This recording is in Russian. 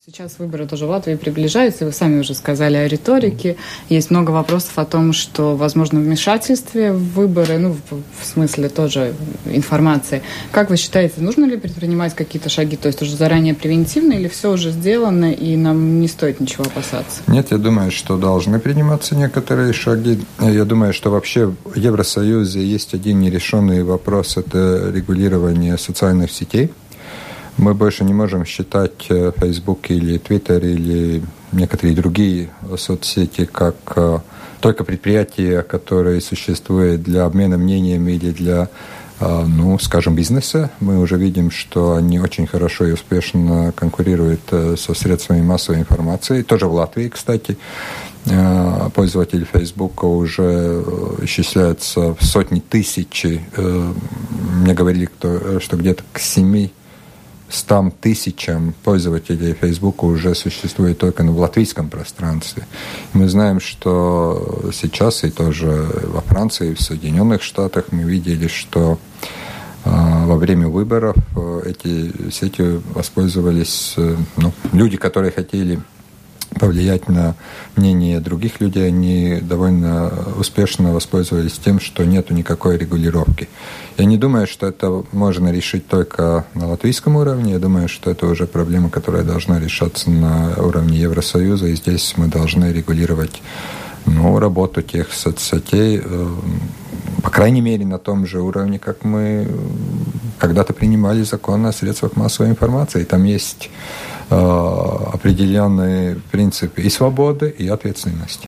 Сейчас выборы тоже в Латвии приближаются, вы сами уже сказали о риторике. Есть много вопросов о том, что возможно вмешательстве в выборы, в смысле тоже информации. Как вы считаете, нужно ли предпринимать какие-то шаги, то есть уже заранее превентивно, или все уже сделано и нам не стоит ничего опасаться? Нет, я думаю, что должны приниматься некоторые шаги. Я думаю, что вообще в Евросоюзе есть один нерешенный вопрос – это регулирование социальных сетей. Мы больше не можем считать Facebook или Twitter или некоторые другие соцсети как только предприятия, которые существуют для обмена мнениями или для, скажем, бизнеса. Мы уже видим, что они очень хорошо и успешно конкурируют со средствами массовой информации. Тоже в Латвии, кстати. Пользователи Facebook уже исчисляются в сотни тысяч. Мне говорили, что где-то к 700 тысячам пользователей Facebook уже существует только в латвийском пространстве. Мы знаем, что сейчас и тоже во Франции, и в Соединенных Штатах мы видели, что во время выборов эти сети воспользовались люди, которые хотели повлиять на мнение других людей, они довольно успешно воспользовались тем, что нету никакой регулировки. Я не думаю, что это можно решить только на латвийском уровне. Я думаю, что это уже проблема, которая должна решаться на уровне Евросоюза, и здесь мы должны регулировать работу тех соцсетей, по крайней мере, на том же уровне, как мы когда-то принимали закон о средствах массовой информации. Там есть определенные принципы и свободы, и ответственности.